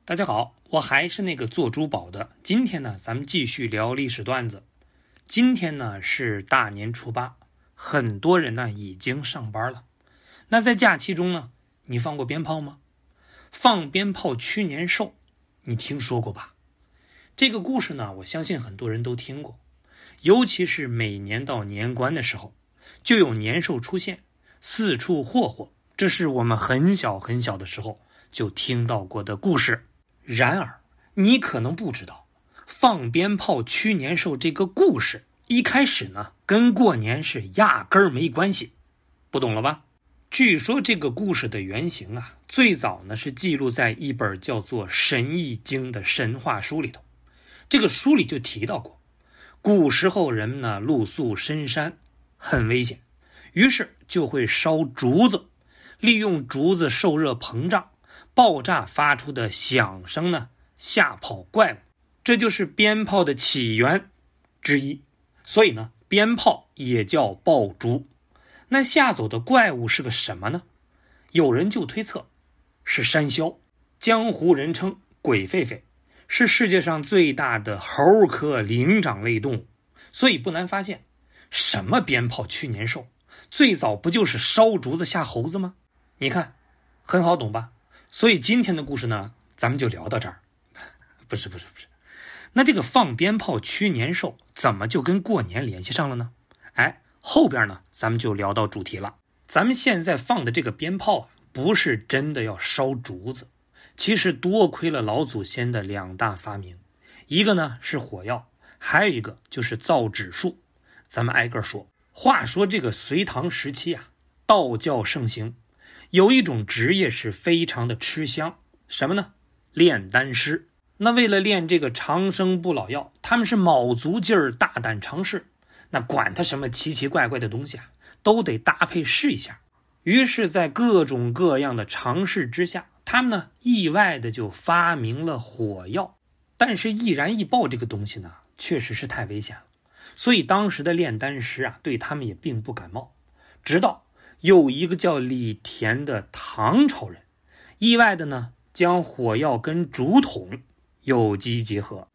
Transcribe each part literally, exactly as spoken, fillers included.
大家好，我还是那个做珠宝的。今天呢，咱们继续聊历史段子。今天呢是大年初八，很多人呢已经上班了。那在假期中呢，你放过鞭炮吗？放鞭炮驱年兽，你听说过吧？这个故事呢，我相信很多人都听过。尤其是每年到年关的时候，就有年兽出现，四处霍霍。这是我们很小很小的时候就听到过的故事。然而，你可能不知道，放鞭炮驱年兽这个故事一开始呢，跟过年是压根儿没关系。不懂了吧？据说这个故事的原型啊，最早呢是记录在一本叫做《神异经》的神话书里头。这个书里就提到过，古时候人们呢露宿深山，很危险，于是就会烧竹子，利用竹子受热膨胀，爆炸发出的响声呢，吓跑怪物，这就是鞭炮的起源之一。所以呢，鞭炮也叫爆竹。那吓走的怪物是个什么呢？有人就推测是山魈，江湖人称鬼狒狒，是世界上最大的猴科灵长类动物。所以不难发现，什么鞭炮驱年兽，最早不就是烧竹子吓猴子吗？你看，很好懂吧？所以今天的故事呢，咱们就聊到这儿。不是不是不是，那这个放鞭炮驱年兽怎么就跟过年联系上了呢？哎，后边呢咱们就聊到主题了。咱们现在放的这个鞭炮啊，不是真的要烧竹子，其实多亏了老祖先的两大发明，一个呢是火药，还有一个就是造纸术。咱们挨个说。话说这个隋唐时期啊，道教盛行，有一种职业是非常的吃香，什么呢？炼丹师。那为了练这个长生不老药，他们是卯足劲儿大胆尝试，那管他什么奇奇怪怪的东西啊，都得搭配试一下。于是在各种各样的尝试之下，他们呢意外的就发明了火药。但是易燃易爆这个东西呢，确实是太危险了，所以当时的炼丹师啊，对他们也并不感冒。直到有一个叫李田的唐朝人，意外的呢将火药跟竹筒有机结合。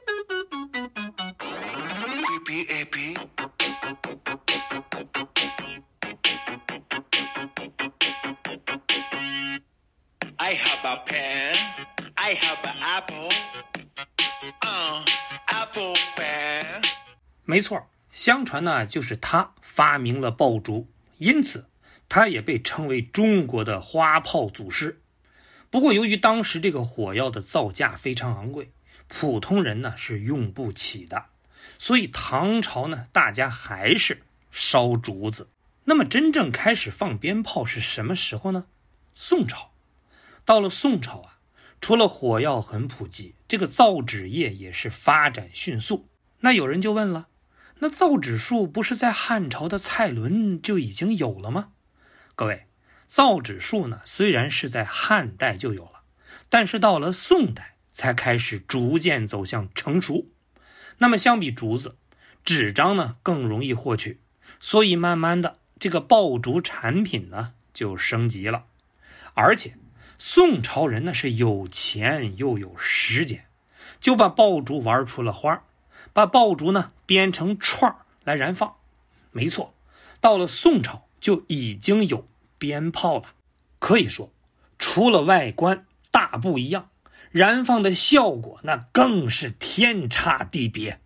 I have a pen, I have an apple, uh, apple pen. 没错，相传呢就是他发明了爆竹，因此他也被称为中国的花炮祖师。不过由于当时这个火药的造价非常昂贵，普通人呢是用不起的，所以唐朝呢大家还是烧竹子。那么真正开始放鞭炮是什么时候呢？宋朝。到了宋朝啊，除了火药很普及，这个造纸业也是发展迅速。那有人就问了，那造纸术不是在汉朝的蔡伦就已经有了吗？各位，造纸术呢虽然是在汉代就有了，但是到了宋代才开始逐渐走向成熟。那么相比竹子，纸张呢更容易获取，所以慢慢的这个爆竹产品呢就升级了。而且宋朝人呢是有钱又有时间，就把爆竹玩出了花，把爆竹呢编成串来燃放。没错，到了宋朝就已经有鞭炮了。可以说除了外观大不一样，燃放的效果那更是天差地别。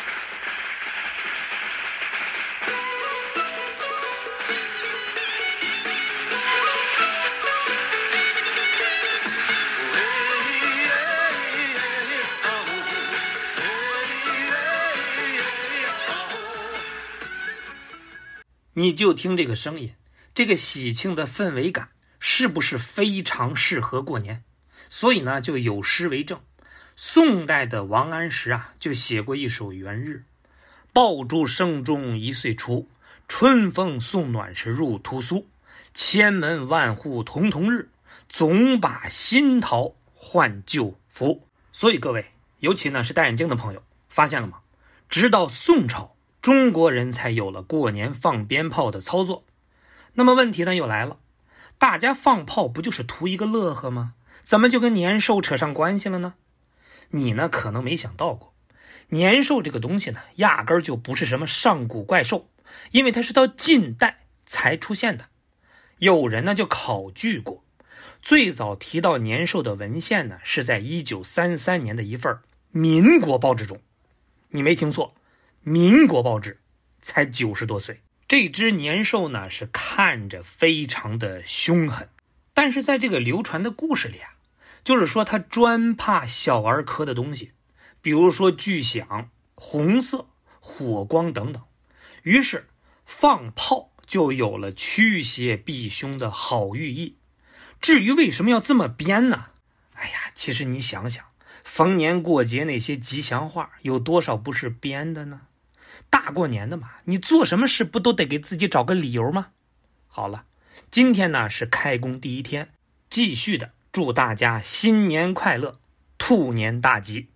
你就听这个声音，这个喜庆的氛围感是不是非常适合过年？所以呢就有诗为证。宋代的王安石啊就写过一首元日：爆竹声中一岁除，春风送暖是入屠苏，千门万户曈曈日，总把新桃换旧符。所以各位，尤其呢是戴眼镜的朋友，发现了吗？直到宋朝中国人才有了过年放鞭炮的操作。那么问题呢又来了，大家放炮不就是图一个乐呵吗？ 怎么就跟年兽扯上关系了呢？你呢可能没想到过，年兽这个东西呢，压根儿就不是什么上古怪兽，因为它是到近代才出现的。有人呢就考据过，最早提到年兽的文献呢，是在一九三三年的一份民国报纸中。你没听错，民国报纸，才九十多岁。这只年兽呢是看着非常的凶狠，但是在这个流传的故事里啊，就是说它专怕小儿科的东西，比如说巨响、红色、火光等等。于是放炮就有了驱邪避凶的好寓意。至于为什么要这么编呢？哎呀，其实你想想，逢年过节那些吉祥话有多少不是编的呢？大过年的嘛，你做什么事不都得给自己找个理由吗？好了，今天呢是开工第一天，继续的祝大家新年快乐，兔年大吉。